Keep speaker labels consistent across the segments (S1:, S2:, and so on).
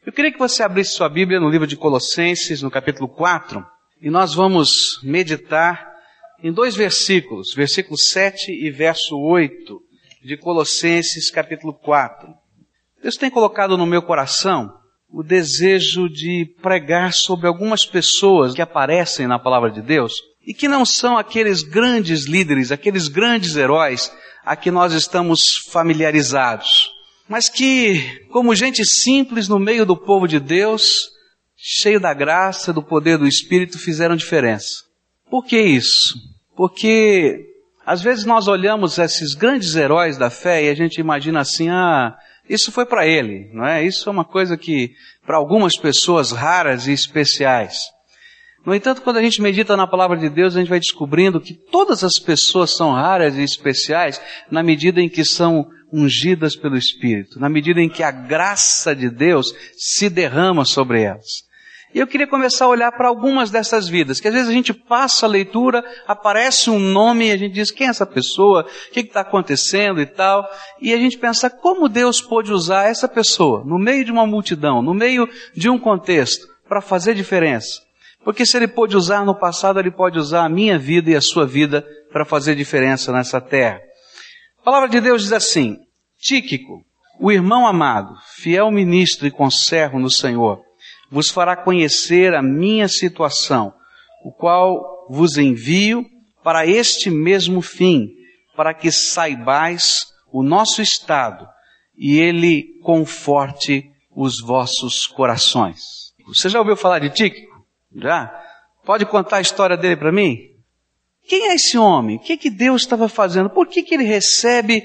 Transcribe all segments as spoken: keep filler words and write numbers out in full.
S1: Eu queria que você abrisse sua Bíblia no livro de Colossenses, no capítulo quatro, e nós vamos meditar em dois versículos, versículo sete e verso oito, de Colossenses, capítulo quatro. Deus tem colocado no meu coração o desejo de pregar sobre algumas pessoas que aparecem na palavra de Deus e que não são aqueles grandes líderes, aqueles grandes heróis a que nós estamos familiarizados, mas que, como gente simples no meio do povo de Deus, cheio da graça, do poder do Espírito, fizeram diferença. Por que isso? Porque às vezes nós olhamos esses grandes heróis da fé e a gente imagina assim, ah, isso foi para ele, não é? Isso é uma coisa que, para algumas pessoas raras e especiais. No entanto, quando a gente medita na palavra de Deus, a gente vai descobrindo que todas as pessoas são raras e especiais na medida em que são ungidas pelo Espírito, na medida em que a graça de Deus se derrama sobre elas. E eu queria começar a olhar para algumas dessas vidas, que às vezes a gente passa a leitura, aparece um nome e a gente diz, quem é essa pessoa? O que está acontecendo e tal? E a gente pensa, como Deus pôde usar essa pessoa, no meio de uma multidão, no meio de um contexto, para fazer diferença? Porque se Ele pôde usar no passado, Ele pode usar a minha vida e a sua vida para fazer diferença nessa terra. A palavra de Deus diz assim, Tíquico, o irmão amado, fiel ministro e conservo no Senhor, vos fará conhecer a minha situação, o qual vos envio para este mesmo fim, para que saibais o nosso estado e ele conforte os vossos corações. Você já ouviu falar de Tíquico? Já? Pode contar a história dele para mim? Quem é esse homem? O que, que Deus estava fazendo? Por que, que ele recebe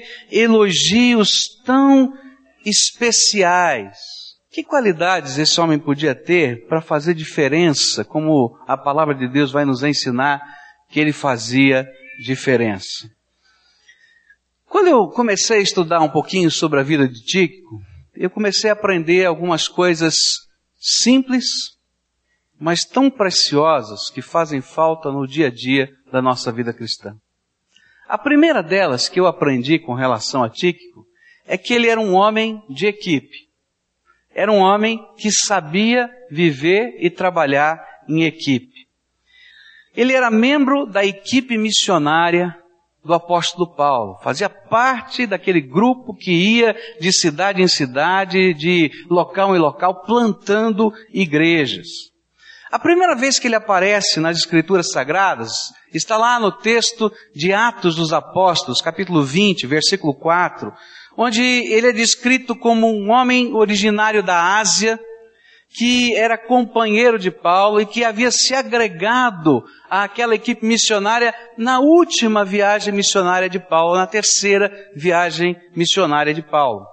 S1: elogios tão especiais? Que qualidades esse homem podia ter para fazer diferença, como a palavra de Deus vai nos ensinar que ele fazia diferença? Quando eu comecei a estudar um pouquinho sobre a vida de Tíquico, eu comecei a aprender algumas coisas simples, mas tão preciosas que fazem falta no dia a dia da nossa vida cristã. A primeira delas que eu aprendi com relação a Tíquico é que ele era um homem de equipe. Era um homem que sabia viver e trabalhar em equipe. Ele era membro da equipe missionária do apóstolo Paulo. Fazia parte daquele grupo que ia de cidade em cidade, de local em local, plantando igrejas. A primeira vez que ele aparece nas Escrituras Sagradas está lá no texto de Atos dos Apóstolos, capítulo vinte, versículo quatro, onde ele é descrito como um homem originário da Ásia, que era companheiro de Paulo e que havia se agregado àquela equipe missionária na última viagem missionária de Paulo, na terceira viagem missionária de Paulo.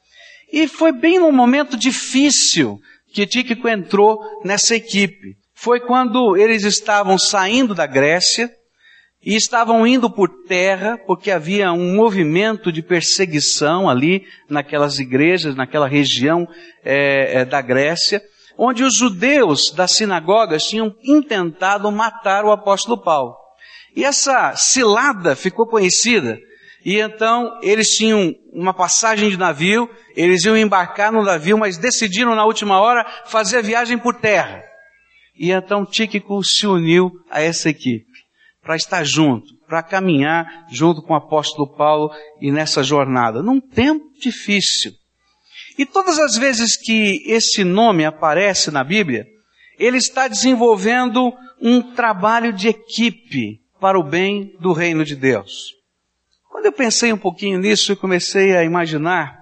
S1: E foi bem num momento difícil que Tíquico entrou nessa equipe. Foi quando eles estavam saindo da Grécia e estavam indo por terra, porque havia um movimento de perseguição ali naquelas igrejas, naquela região é, é, da Grécia, onde os judeus das sinagogas tinham intentado matar o apóstolo Paulo. E essa cilada ficou conhecida. E então eles tinham uma passagem de navio, eles iam embarcar no navio, mas decidiram na última hora fazer a viagem por terra. E então Tíquico se uniu a essa equipe, para estar junto, para caminhar junto com o apóstolo Paulo e nessa jornada, num tempo difícil. E todas as vezes que esse nome aparece na Bíblia, ele está desenvolvendo um trabalho de equipe para o bem do reino de Deus. Quando eu pensei um pouquinho nisso, eu comecei a imaginar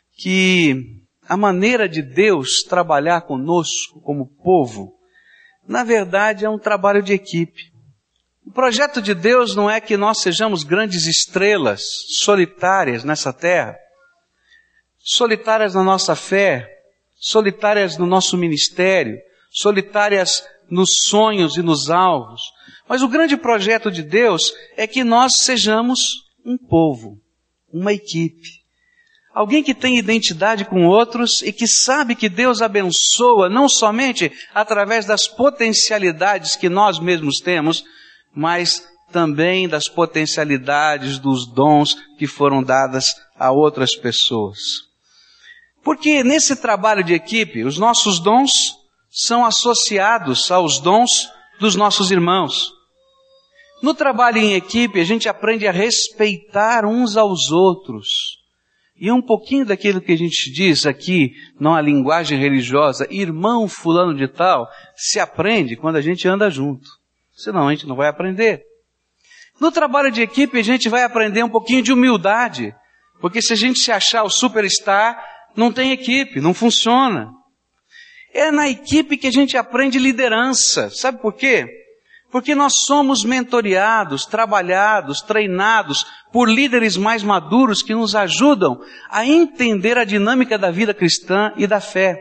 S1: que a maneira de Deus trabalhar conosco como povo, na verdade é um trabalho de equipe. O projeto de Deus não é que nós sejamos grandes estrelas solitárias nessa terra, solitárias na nossa fé, solitárias no nosso ministério, solitárias nos sonhos e nos alvos. Mas o grande projeto de Deus é que nós sejamos um povo, uma equipe. Alguém que tem identidade com outros e que sabe que Deus abençoa não somente através das potencialidades que nós mesmos temos, mas também das potencialidades dos dons que foram dadas a outras pessoas. Porque nesse trabalho de equipe, os nossos dons são associados aos dons dos nossos irmãos. No trabalho em equipe, a gente aprende a respeitar uns aos outros. E um pouquinho daquilo que a gente diz aqui, numa linguagem religiosa, irmão fulano de tal, se aprende quando a gente anda junto. Senão a gente não vai aprender. No trabalho de equipe, a gente vai aprender um pouquinho de humildade. Porque se a gente se achar o superstar, não tem equipe, não funciona. É na equipe que a gente aprende liderança. Sabe por quê? Porque nós somos mentoreados, trabalhados, treinados por líderes mais maduros que nos ajudam a entender a dinâmica da vida cristã e da fé.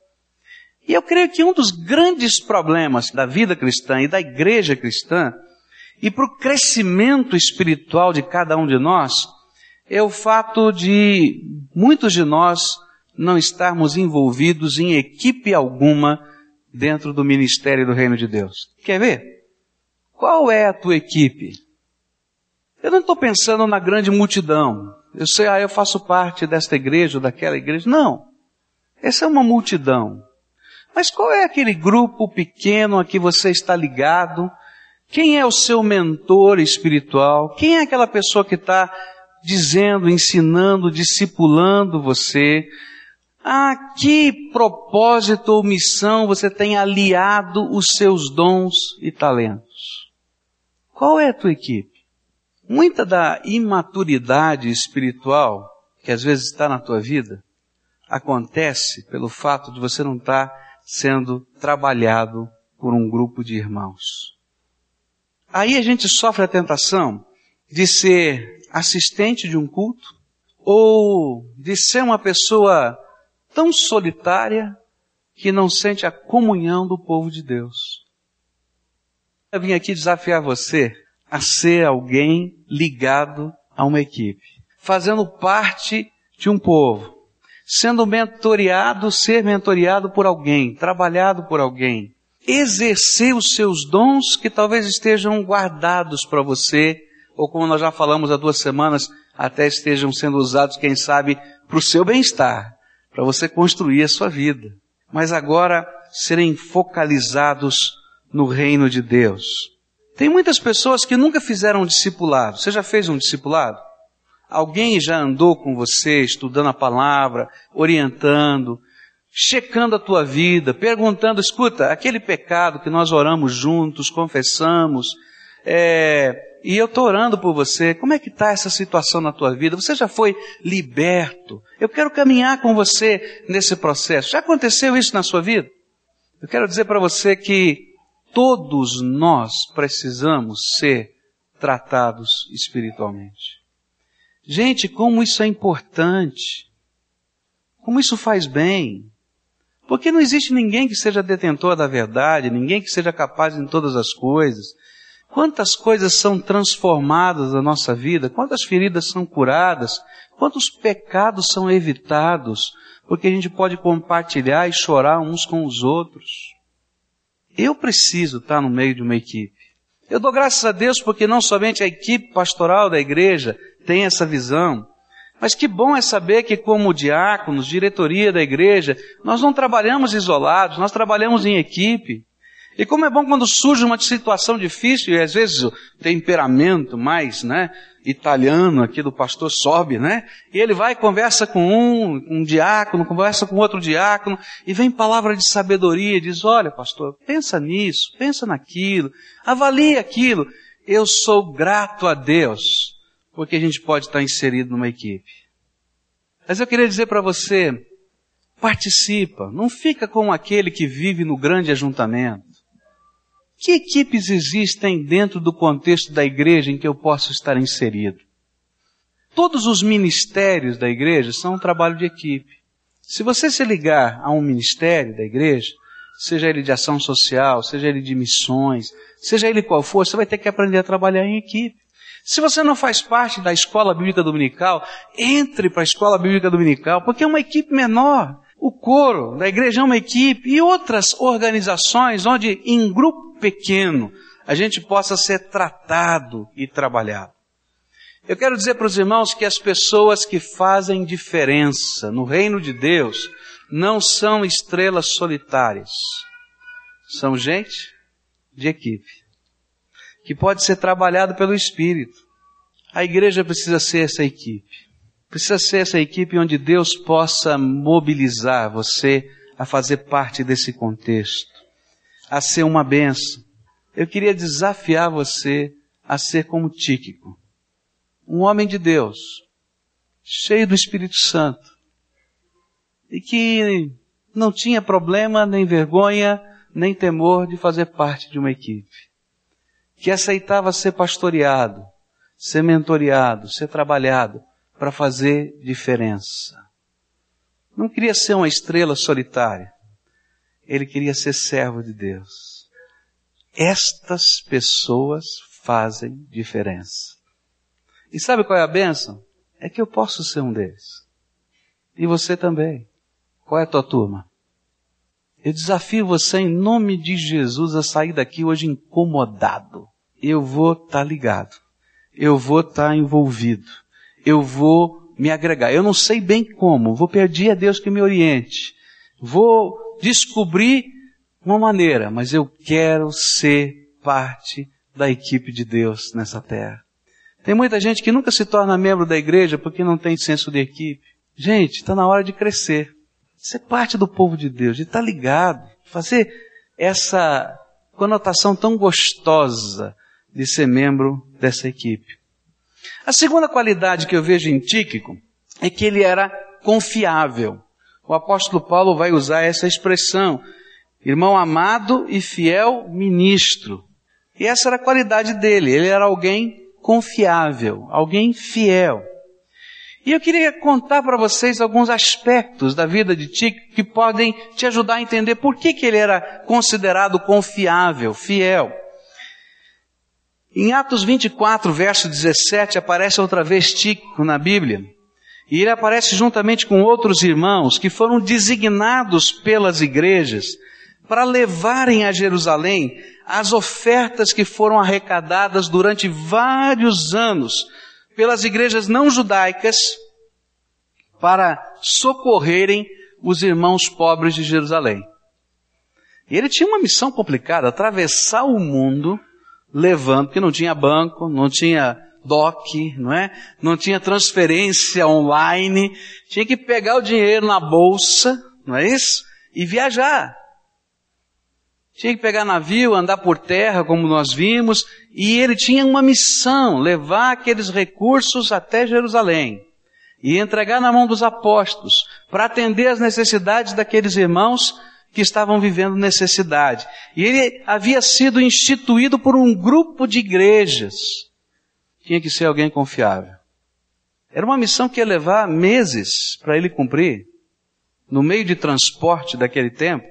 S1: E eu creio que um dos grandes problemas da vida cristã e da igreja cristã, e para o crescimento espiritual de cada um de nós, é o fato de muitos de nós não estarmos envolvidos em equipe alguma dentro do ministério do Reino de Deus. Quer ver? Qual é a tua equipe? Eu não estou pensando na grande multidão. Eu sei, ah, eu faço parte desta igreja ou daquela igreja. Não. Essa é uma multidão. Mas qual é aquele grupo pequeno a que você está ligado? Quem é o seu mentor espiritual? Quem é aquela pessoa que está dizendo, ensinando, discipulando você? A que propósito ou missão você tem aliado os seus dons e talentos? Qual é a tua equipe? Muita da imaturidade espiritual que às vezes está na tua vida acontece pelo fato de você não estar sendo trabalhado por um grupo de irmãos. Aí a gente sofre a tentação de ser assistente de um culto ou de ser uma pessoa tão solitária que não sente a comunhão do povo de Deus. Eu vim aqui desafiar você a ser alguém ligado a uma equipe, fazendo parte de um povo, sendo mentoreado, ser mentoreado por alguém, trabalhado por alguém, exercer os seus dons que talvez estejam guardados para você, ou como nós já falamos há duas semanas, até estejam sendo usados, quem sabe, para o seu bem-estar, para você construir a sua vida. Mas agora serem focalizados no reino de Deus. Tem muitas pessoas que nunca fizeram um discipulado. Você já fez um discipulado? Alguém já andou com você, estudando a palavra, orientando, checando a tua vida, perguntando, escuta, aquele pecado que nós oramos juntos, confessamos, é, e eu estou orando por você, como é que está essa situação na tua vida? Você já foi liberto? Eu quero caminhar com você nesse processo. Já aconteceu isso na sua vida? Eu quero dizer para você que todos nós precisamos ser tratados espiritualmente. Gente, como isso é importante. Como isso faz bem. Porque não existe ninguém que seja detentor da verdade, ninguém que seja capaz em todas as coisas. Quantas coisas são transformadas na nossa vida, quantas feridas são curadas, quantos pecados são evitados, porque a gente pode compartilhar e chorar uns com os outros. Eu preciso estar no meio de uma equipe. Eu dou graças a Deus porque não somente a equipe pastoral da igreja tem essa visão, mas que bom é saber que como diáconos, diretoria da igreja, nós não trabalhamos isolados, nós trabalhamos em equipe. E como é bom quando surge uma situação difícil, e às vezes o temperamento mais, né, italiano aqui do pastor sobe, né? E ele vai e conversa com um, um diácono, conversa com outro diácono, e vem palavra de sabedoria, diz, olha pastor, pensa nisso, pensa naquilo, avalie aquilo. Eu sou grato a Deus, porque a gente pode estar inserido numa equipe. Mas eu queria dizer para você, participa, não fica como aquele que vive no grande ajuntamento. Que equipes existem dentro do contexto da igreja em que eu posso estar inserido? Todos os ministérios da igreja são um trabalho de equipe. Se você se ligar a um ministério da igreja, seja ele de ação social, seja ele de missões, seja ele qual for, você vai ter que aprender a trabalhar em equipe. Se você não faz parte da escola bíblica dominical, entre para a escola bíblica dominical, porque é uma equipe menor. O coro da igreja é uma equipe e outras organizações onde em grupo pequeno a gente possa ser tratado e trabalhado. Eu quero dizer para os irmãos que as pessoas que fazem diferença no reino de Deus não são estrelas solitárias. São gente de equipe, que pode ser trabalhado pelo Espírito. A igreja precisa ser essa equipe. Precisa ser essa equipe onde Deus possa mobilizar você a fazer parte desse contexto, a ser uma bênção. Eu queria desafiar você a ser como Tíquico, um homem de Deus, cheio do Espírito Santo, e que não tinha problema, nem vergonha, nem temor de fazer parte de uma equipe, que aceitava ser pastoreado, ser mentoreado, ser trabalhado para fazer diferença. Não queria ser uma estrela solitária, ele queria ser servo de Deus. Estas pessoas fazem diferença. E sabe qual é a bênção? É que eu posso ser um deles. E você também. Qual é a tua turma? Eu desafio você em nome de Jesus a sair daqui hoje incomodado. Eu vou estar ligado. Eu vou estar envolvido. Eu vou me agregar. Eu não sei bem como. Vou pedir a Deus que me oriente. Vou descobrir uma maneira. Mas eu quero ser parte da equipe de Deus nessa terra. Tem muita gente que nunca se torna membro da igreja porque não tem senso de equipe. Gente, está na hora de crescer. Ser parte do povo de Deus, de estar ligado, fazer essa conotação tão gostosa de ser membro dessa equipe. A segunda qualidade que eu vejo em Tíquico é que ele era confiável. O apóstolo Paulo vai usar essa expressão, irmão amado e fiel ministro. E essa era a qualidade dele, ele era alguém confiável, alguém fiel. E eu queria contar para vocês alguns aspectos da vida de Tíquico que podem te ajudar a entender por que, que ele era considerado confiável, fiel. Em Atos vinte e quatro, verso dezessete, aparece outra vez Tíquico na Bíblia. E ele aparece juntamente com outros irmãos que foram designados pelas igrejas para levarem a Jerusalém as ofertas que foram arrecadadas durante vários anos pelas igrejas não judaicas para socorrerem os irmãos pobres de Jerusalém. E ele tinha uma missão complicada, atravessar o mundo levando, porque não tinha banco, não tinha D O C, não é? Não tinha transferência online, tinha que pegar o dinheiro na bolsa, não é isso? E viajar. Tinha que pegar navio, andar por terra, como nós vimos, e ele tinha uma missão, levar aqueles recursos até Jerusalém e entregar na mão dos apóstolos para atender às necessidades daqueles irmãos que estavam vivendo necessidade. E ele havia sido instituído por um grupo de igrejas. Tinha que ser alguém confiável. Era uma missão que ia levar meses para ele cumprir. No meio de transporte daquele tempo,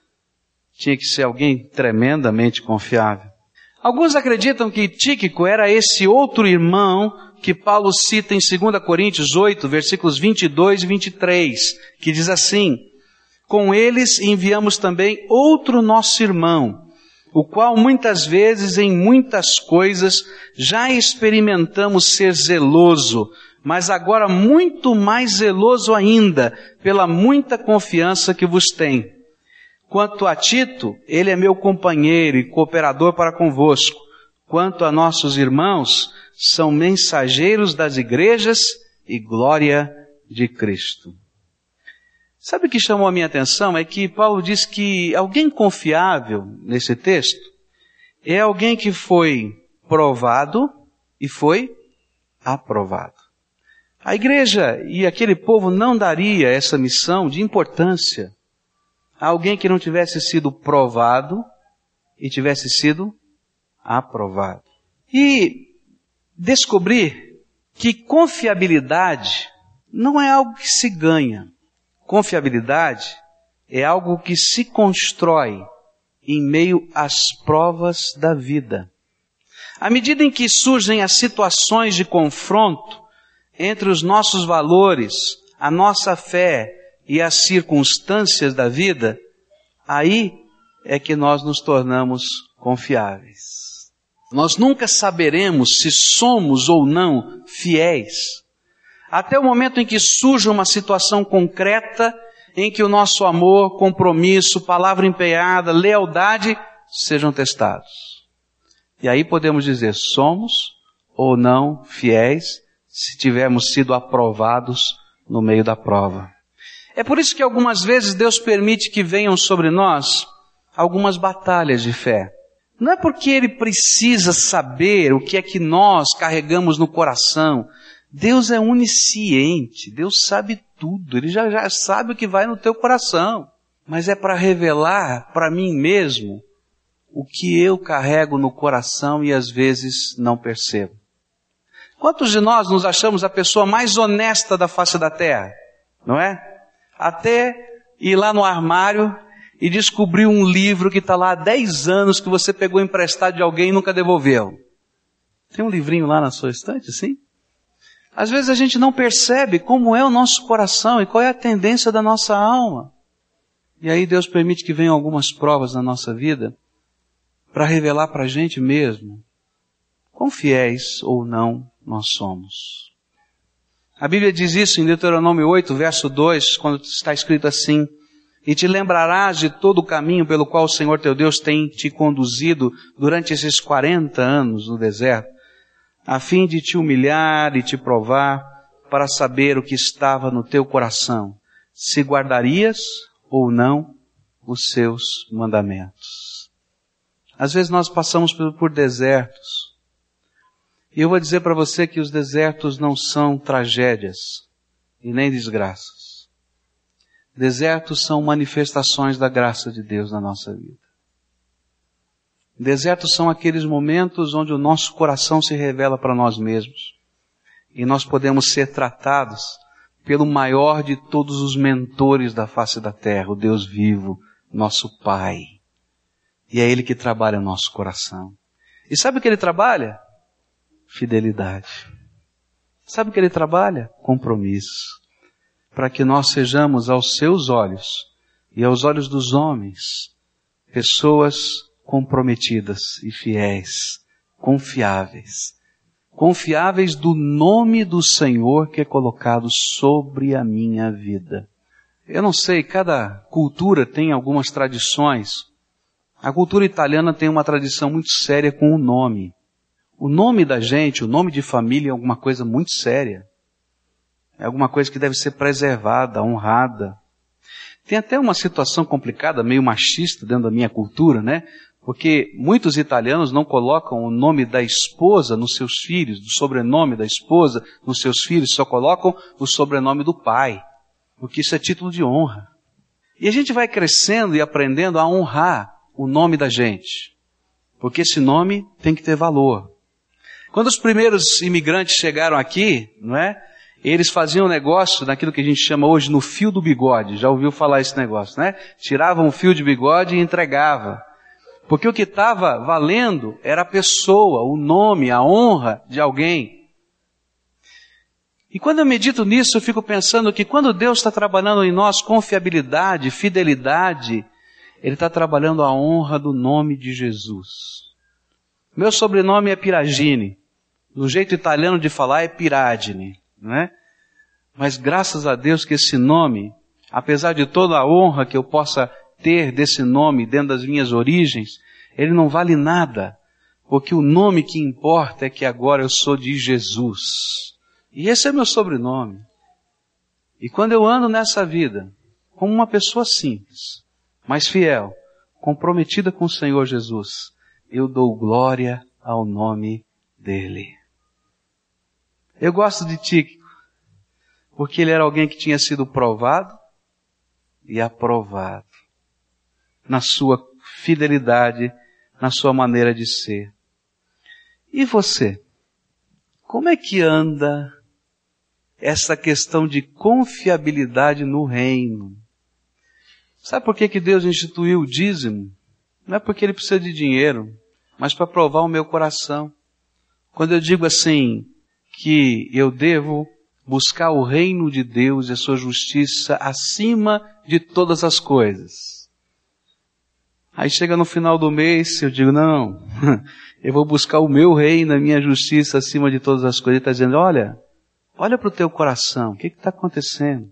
S1: tinha que ser alguém tremendamente confiável. Alguns acreditam que Tíquico era esse outro irmão que Paulo cita em dois Coríntios oito, versículos vinte e dois e vinte e três, que diz assim: com eles enviamos também outro nosso irmão, o qual muitas vezes em muitas coisas já experimentamos ser zeloso, mas agora muito mais zeloso ainda, pela muita confiança que vos tem. Quanto a Tito, ele é meu companheiro e cooperador para convosco. Quanto a nossos irmãos, são mensageiros das igrejas e glória de Cristo. Sabe o que chamou a minha atenção? É que Paulo diz que alguém confiável nesse texto é alguém que foi provado e foi aprovado. A igreja e aquele povo não daria essa missão de importância a alguém que não tivesse sido provado e tivesse sido aprovado. E descobrir que confiabilidade não é algo que se ganha. Confiabilidade é algo que se constrói em meio às provas da vida. À medida em que surgem as situações de confronto entre os nossos valores, a nossa fé e as circunstâncias da vida, aí é que nós nos tornamos confiáveis. Nós nunca saberemos se somos ou não fiéis, até o momento em que surge uma situação concreta em que o nosso amor, compromisso, palavra empenhada, lealdade sejam testados. E aí podemos dizer, somos ou não fiéis, se tivermos sido aprovados no meio da prova. É por isso que algumas vezes Deus permite que venham sobre nós algumas batalhas de fé. Não é porque Ele precisa saber o que é que nós carregamos no coração. Deus é onisciente, Deus sabe tudo, Ele já, já sabe o que vai no teu coração. Mas é para revelar para mim mesmo o que eu carrego no coração e às vezes não percebo. Quantos de nós nos achamos a pessoa mais honesta da face da terra? Não é? Até ir lá no armário e descobrir um livro que está lá há dez anos que você pegou emprestado de alguém e nunca devolveu. Tem um livrinho lá na sua estante, assim? Às vezes a gente não percebe como é o nosso coração e qual é a tendência da nossa alma. E aí Deus permite que venham algumas provas na nossa vida para revelar para a gente mesmo quão fiéis ou não nós somos. A Bíblia diz isso em Deuteronômio oito, verso dois, quando está escrito assim: e te lembrarás de todo o caminho pelo qual o Senhor teu Deus tem te conduzido durante esses quarenta anos no deserto, a fim de te humilhar e te provar, para saber o que estava no teu coração, se guardarias ou não os seus mandamentos. Às vezes nós passamos por, por desertos, e eu vou dizer para você que os desertos não são tragédias e nem desgraças. Desertos são manifestações da graça de Deus na nossa vida. Desertos são aqueles momentos onde o nosso coração se revela para nós mesmos. E nós podemos ser tratados pelo maior de todos os mentores da face da terra, o Deus vivo, nosso Pai. E é Ele que trabalha o nosso coração. E sabe o que Ele trabalha? Fidelidade. Sabe o que Ele trabalha? Compromisso. Para que nós sejamos aos seus olhos e aos olhos dos homens, pessoas comprometidas e fiéis, confiáveis. Confiáveis do nome do Senhor que é colocado sobre a minha vida. Eu não sei, cada cultura tem algumas tradições. A cultura italiana tem uma tradição muito séria com o nome. O nome da gente, o nome de família é alguma coisa muito séria. É alguma coisa que deve ser preservada, honrada. Tem até uma situação complicada, meio machista dentro da minha cultura, né? Porque muitos italianos não colocam o nome da esposa nos seus filhos, do sobrenome da esposa nos seus filhos, só colocam o sobrenome do pai. Porque isso é título de honra. E a gente vai crescendo e aprendendo a honrar o nome da gente. Porque esse nome tem que ter valor. Quando os primeiros imigrantes chegaram aqui, não é? Eles faziam um negócio naquilo que a gente chama hoje no fio do bigode. Já ouviu falar esse negócio, né? Tiravam o fio de bigode e entregavam. Porque o que estava valendo era a pessoa, o nome, a honra de alguém. E quando eu medito nisso, eu fico pensando que quando Deus está trabalhando em nós confiabilidade, fidelidade, Ele está trabalhando a honra do nome de Jesus. Meu sobrenome é Piragini. No jeito italiano de falar é Piradine. Não é? Mas graças a Deus que esse nome, apesar de toda a honra que eu possa ter desse nome dentro das minhas origens, ele não vale nada, porque o nome que importa é que agora eu sou de Jesus. E esse é meu sobrenome. E quando eu ando nessa vida, como uma pessoa simples, mas fiel, comprometida com o Senhor Jesus, eu dou glória ao nome dEle. Eu gosto de Tíquico, porque ele era alguém que tinha sido provado e aprovado na sua fidelidade, na sua maneira de ser. E você? Como é que anda essa questão de confiabilidade no reino? Sabe por que que Deus instituiu o dízimo? Não é porque Ele precisa de dinheiro, mas para provar o meu coração. Quando eu digo assim, que eu devo buscar o reino de Deus e a sua justiça acima de todas as coisas. Aí chega no final do mês, eu digo, não, eu vou buscar o meu reino, a minha justiça acima de todas as coisas. Ele está dizendo, olha, olha para o teu coração, o que está acontecendo?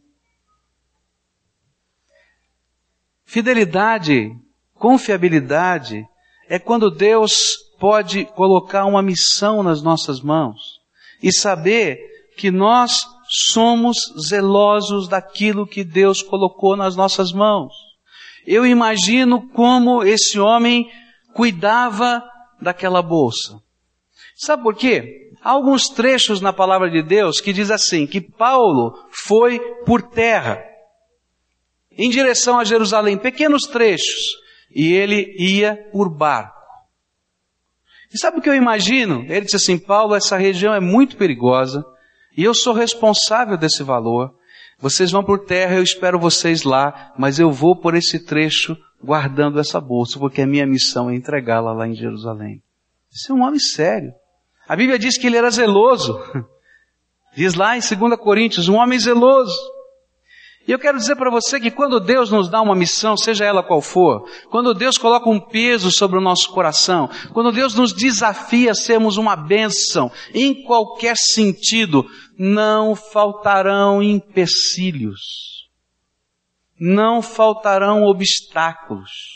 S1: Fidelidade, confiabilidade, é quando Deus pode colocar uma missão nas nossas mãos e saber que nós somos zelosos daquilo que Deus colocou nas nossas mãos. Eu imagino como esse homem cuidava daquela bolsa. Sabe por quê? Há alguns trechos na palavra de Deus que diz assim, que Paulo foi por terra, em direção a Jerusalém, pequenos trechos, e ele ia por barco. E sabe o que eu imagino? Ele disse assim, Paulo, essa região é muito perigosa, e eu sou responsável desse valor. Vocês vão por terra, eu espero vocês lá, mas eu vou por esse trecho guardando essa bolsa, porque a minha missão é entregá-la lá em Jerusalém. Esse é um homem sério. A Bíblia diz que ele era zeloso. Diz lá em dois Coríntios, um homem zeloso. E eu quero dizer para você que quando Deus nos dá uma missão, seja ela qual for, quando Deus coloca um peso sobre o nosso coração, quando Deus nos desafia a sermos uma bênção, em qualquer sentido, não faltarão empecilhos, não faltarão obstáculos.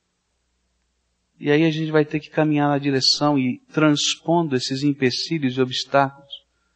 S1: E aí a gente vai ter que caminhar na direção e transpondo esses empecilhos e obstáculos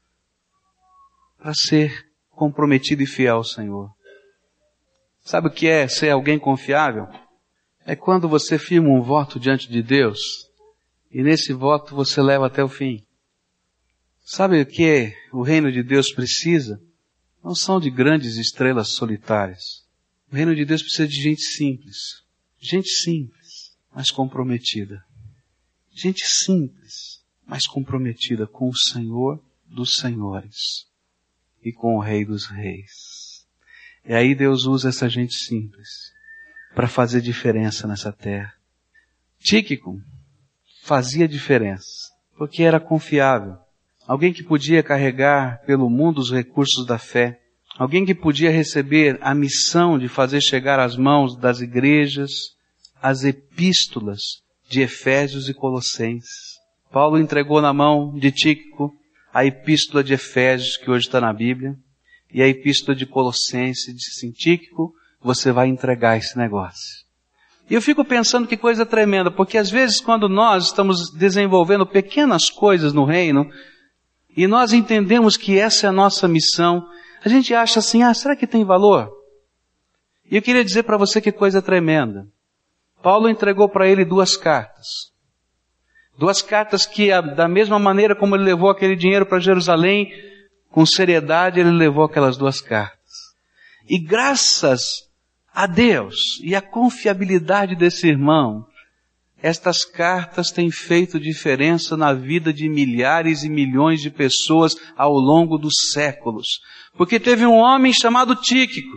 S1: para ser comprometido e fiel ao Senhor. Sabe o que é ser alguém confiável? É quando você firma um voto diante de Deus e nesse voto você leva até o fim. Sabe o que o reino de Deus precisa? Não são de grandes estrelas solitárias. O reino de Deus precisa de gente simples. Gente simples, mas comprometida. Gente simples, mas comprometida com o Senhor dos Senhores e com o Rei dos Reis. E aí Deus usa essa gente simples para fazer diferença nessa terra. Tíquico fazia diferença, porque era confiável. Alguém que podia carregar pelo mundo os recursos da fé. Alguém que podia receber a missão de fazer chegar às mãos das igrejas as epístolas de Efésios e Colossenses. Paulo entregou na mão de Tíquico a epístola de Efésios, que hoje está na Bíblia, e a epístola de Colossenses. Disse assim, Tíquico, você vai entregar esse negócio. E eu fico pensando que coisa tremenda, porque às vezes quando nós estamos desenvolvendo pequenas coisas no reino, e nós entendemos que essa é a nossa missão, a gente acha assim, ah, será que tem valor? E eu queria dizer para você que coisa tremenda. Paulo entregou para ele duas cartas. Duas cartas que, da mesma maneira como ele levou aquele dinheiro para Jerusalém, com seriedade ele levou aquelas duas cartas. E graças a Deus e a confiabilidade desse irmão, estas cartas têm feito diferença na vida de milhares e milhões de pessoas ao longo dos séculos. Porque teve um homem chamado Tíquico,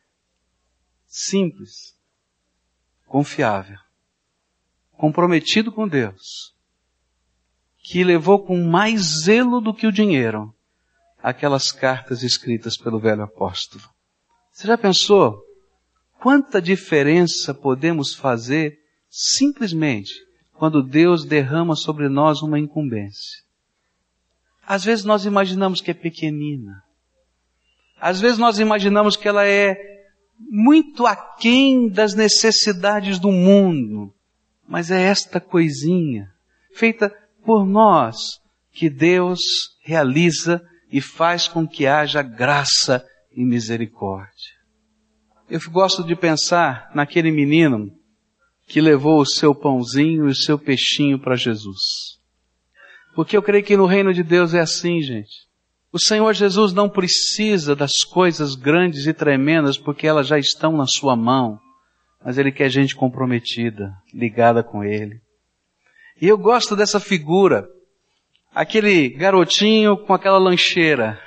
S1: simples, confiável, comprometido com Deus, que levou com mais zelo do que o dinheiro aquelas cartas escritas pelo velho apóstolo. Você já pensou quanta diferença podemos fazer simplesmente quando Deus derrama sobre nós uma incumbência? Às vezes nós imaginamos que é pequenina. Às vezes nós imaginamos que ela é muito aquém das necessidades do mundo. Mas é esta coisinha, feita por nós, que Deus realiza e faz com que haja graça e misericórdia. Eu gosto de pensar naquele menino que levou o seu pãozinho e o seu peixinho para Jesus. Porque eu creio que no reino de Deus é assim, gente. O Senhor Jesus não precisa das coisas grandes e tremendas porque elas já estão na sua mão. Mas Ele quer gente comprometida, ligada com Ele. E eu gosto dessa figura. Aquele garotinho com aquela lancheira,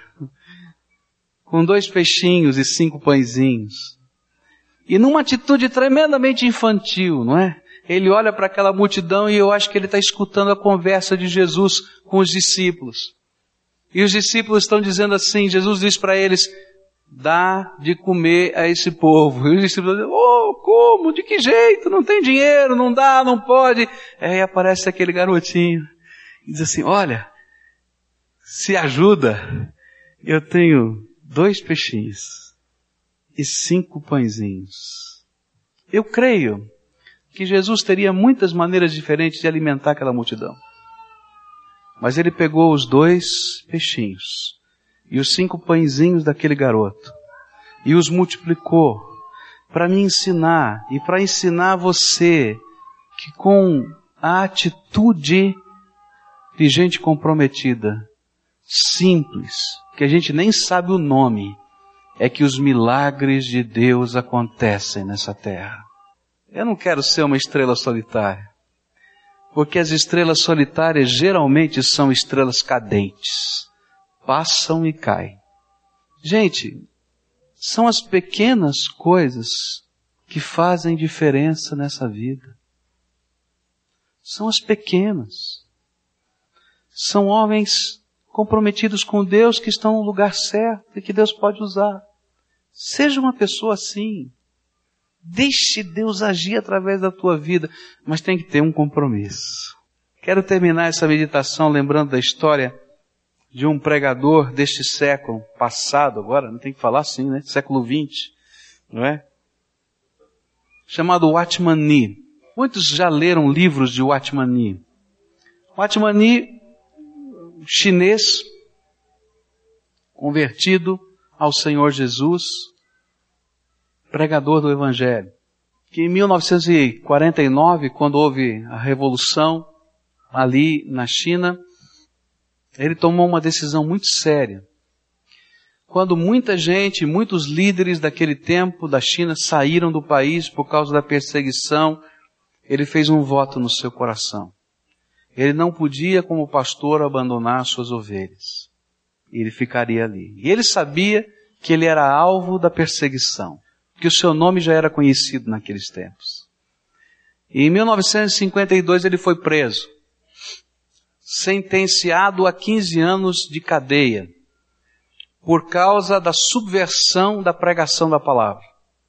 S1: com dois peixinhos e cinco pãezinhos. E numa atitude tremendamente infantil, não é? Ele olha para aquela multidão e eu acho que ele está escutando a conversa de Jesus com os discípulos. E os discípulos estão dizendo assim, Jesus diz para eles, dá de comer a esse povo. E os discípulos dizem, oh, como? De que jeito? Não tem dinheiro, não dá, não pode. Aí aparece aquele garotinho e diz assim, olha, se ajuda, eu tenho dois peixinhos e cinco pãezinhos. Eu creio que Jesus teria muitas maneiras diferentes de alimentar aquela multidão. Mas ele pegou os dois peixinhos e os cinco pãezinhos daquele garoto e os multiplicou para me ensinar e para ensinar você que com a atitude de gente comprometida, simples, que a gente nem sabe o nome, é que os milagres de Deus acontecem nessa terra. Eu não quero ser uma estrela solitária, porque as estrelas solitárias geralmente são estrelas cadentes, passam e caem. Gente, são as pequenas coisas que fazem diferença nessa vida. São as pequenas. São homens comprometidos com Deus que estão no lugar certo e que Deus pode usar. Seja uma pessoa assim. Deixe Deus agir através da tua vida, mas tem que ter um compromisso. Quero terminar essa meditação lembrando da história de um pregador deste século passado, agora não tem que falar assim, né? Século vinte, não é? Chamado Watchman Nee. Muitos já leram livros de Watchman Nee. Watchman Nee, chinês, convertido ao Senhor Jesus, pregador do Evangelho, que em mil novecentos e quarenta e nove, quando houve a Revolução ali na China, ele tomou uma decisão muito séria. Quando muita gente, muitos líderes daquele tempo da China saíram do país por causa da perseguição, ele fez um voto no seu coração. Ele não podia, como pastor, abandonar suas ovelhas. Ele ficaria ali. E ele sabia que ele era alvo da perseguição, que o seu nome já era conhecido naqueles tempos. E em mil novecentos e cinquenta e dois ele foi preso, sentenciado a quinze anos de cadeia, por causa da subversão da pregação da palavra.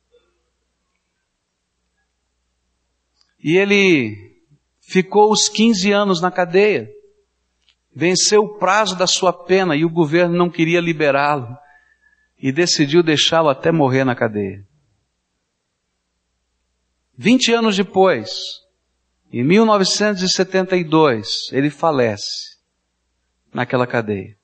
S1: E ele ficou os quinze anos na cadeia, venceu o prazo da sua pena e o governo não queria liberá-lo e decidiu deixá-lo até morrer na cadeia. Vinte anos depois, em mil novecentos e setenta e dois, ele falece naquela cadeia.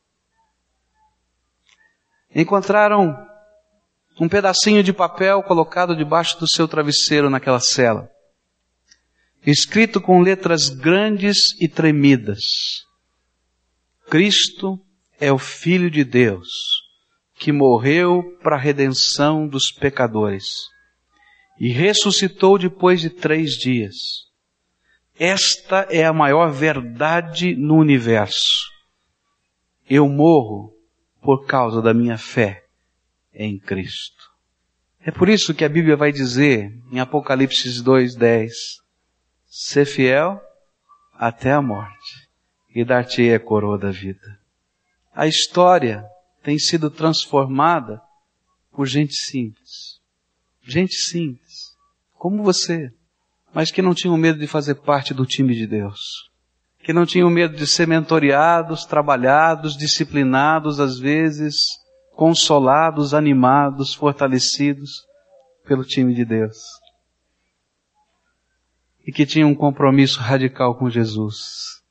S1: Encontraram um pedacinho de papel colocado debaixo do seu travesseiro naquela cela, escrito com letras grandes e tremidas: Cristo é o Filho de Deus, que morreu para a redenção dos pecadores e ressuscitou depois de três dias. Esta é a maior verdade no universo. Eu morro por causa da minha fé em Cristo. É por isso que a Bíblia vai dizer em Apocalipse dois, dez, ser fiel até a morte e dar-te-ei a coroa da vida. A história tem sido transformada por gente simples. Gente simples, como você, mas que não tinham medo de fazer parte do time de Deus. Que não tinham medo de ser mentoreados, trabalhados, disciplinados, às vezes, consolados, animados, fortalecidos pelo time de Deus. E que tinham um compromisso radical com Jesus.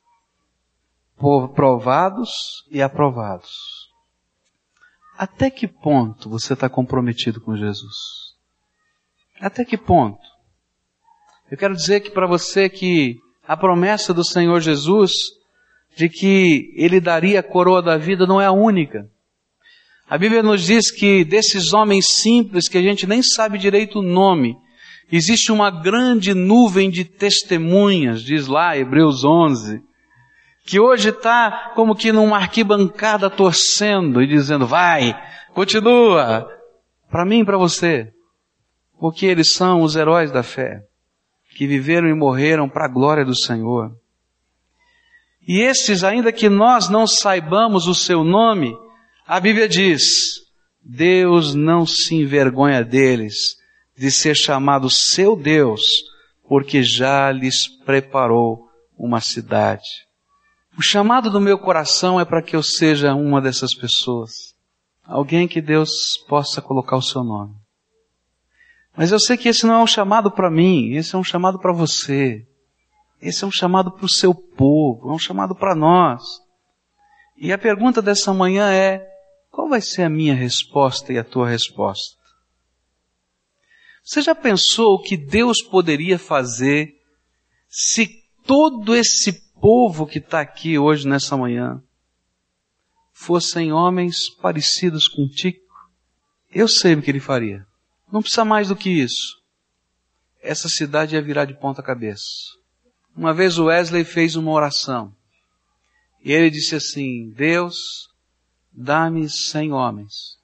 S1: Provados e aprovados. Até que ponto você está comprometido com Jesus? Até que ponto? Eu quero dizer que para você que a promessa do Senhor Jesus de que Ele daria a coroa da vida não é a única. A Bíblia nos diz que desses homens simples, que a gente nem sabe direito o nome, existe uma grande nuvem de testemunhas, diz lá Hebreus onze, que hoje está como que numa arquibancada torcendo e dizendo, vai, continua, para mim e para você, porque eles são os heróis da fé, que viveram e morreram para a glória do Senhor. E estes, ainda que nós não saibamos o seu nome, a Bíblia diz, Deus não se envergonha deles, de ser chamado seu Deus, porque já lhes preparou uma cidade. O chamado do meu coração é para que eu seja uma dessas pessoas. Alguém que Deus possa colocar o seu nome. Mas eu sei que esse não é um chamado para mim, esse é um chamado para você. Esse é um chamado para o seu povo, é um chamado para nós. E a pergunta dessa manhã é, qual vai ser a minha resposta e a tua resposta? Você já pensou o que Deus poderia fazer se todo esse povo que está aqui hoje nessa manhã fossem homens parecidos contigo? Eu sei o que Ele faria. Não precisa mais do que isso. Essa cidade ia virar de ponta cabeça. Uma vez o Wesley fez uma oração. E ele disse assim, Deus, dá-me cem homens.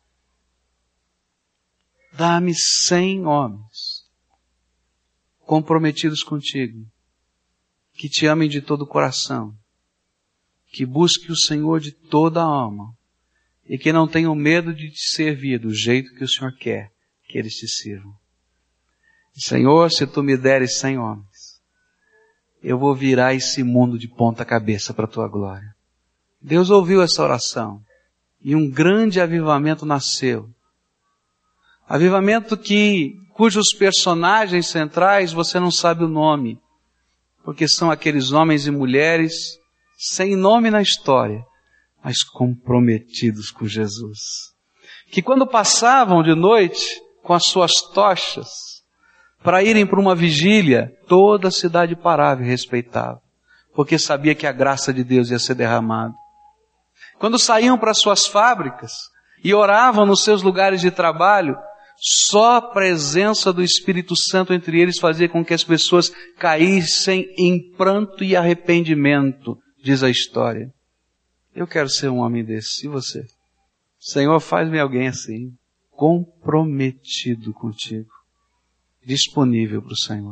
S1: Dá-me cem homens. Comprometidos contigo. Que te amem de todo o coração. Que busquem o Senhor de toda a alma. E que não tenham medo de te servir do jeito que o Senhor quer que eles te sirvam. Senhor, se tu me deres cem homens, eu vou virar esse mundo de ponta cabeça para a tua glória. Deus ouviu essa oração e um grande avivamento nasceu. Avivamento que, cujos personagens centrais você não sabe o nome, porque são aqueles homens e mulheres sem nome na história, mas comprometidos com Jesus. Que quando passavam de noite com as suas tochas, para irem para uma vigília, toda a cidade parava e respeitava, porque sabia que a graça de Deus ia ser derramada. Quando saíam para suas fábricas e oravam nos seus lugares de trabalho, só a presença do Espírito Santo entre eles fazia com que as pessoas caíssem em pranto e arrependimento, diz a história. Eu quero ser um homem desse, e você? Senhor, faz-me alguém assim, comprometido contigo. Disponível para o Senhor.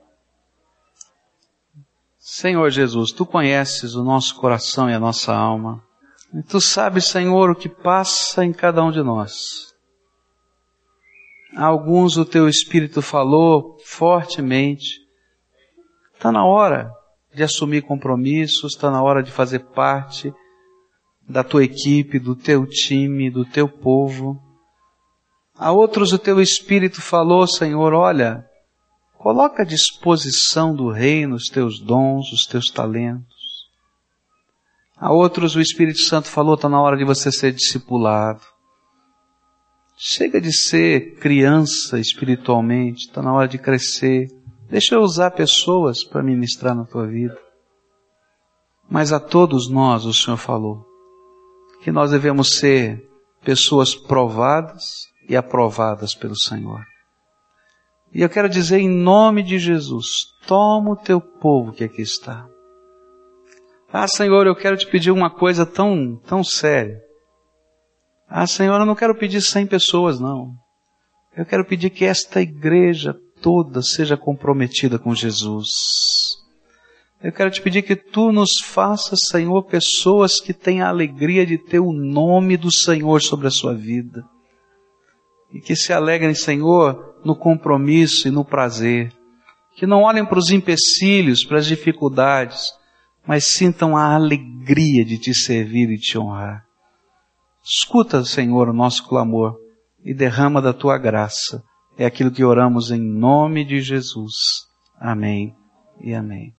S1: Senhor Jesus, Tu conheces o nosso coração e a nossa alma. E Tu sabes, Senhor, o que passa em cada um de nós. A alguns o Teu Espírito falou fortemente. Está na hora de assumir compromissos, está na hora de fazer parte da Tua equipe, do Teu time, do Teu povo. A outros o Teu Espírito falou, Senhor, olha, coloca à disposição do reino os Teus dons, os Teus talentos. A outros o Espírito Santo falou, está na hora de você ser discipulado. Chega de ser criança espiritualmente, está na hora de crescer. Deixa eu usar pessoas para ministrar na tua vida. Mas a todos nós o Senhor falou que nós devemos ser pessoas provadas e aprovadas pelo Senhor. E eu quero dizer em nome de Jesus, toma o teu povo que aqui está. Ah, Senhor, eu quero te pedir uma coisa tão, tão séria. Ah, Senhor, eu não quero pedir cem pessoas, não. Eu quero pedir que esta igreja toda seja comprometida com Jesus. Eu quero te pedir que Tu nos faças, Senhor, pessoas que tenham a alegria de ter o nome do Senhor sobre a sua vida. E que se alegrem, Senhor, no compromisso e no prazer. Que não olhem para os empecilhos, para as dificuldades, mas sintam a alegria de Te servir e Te honrar. Escuta, Senhor, o nosso clamor e derrama da Tua graça. É aquilo que oramos em nome de Jesus. Amém e amém.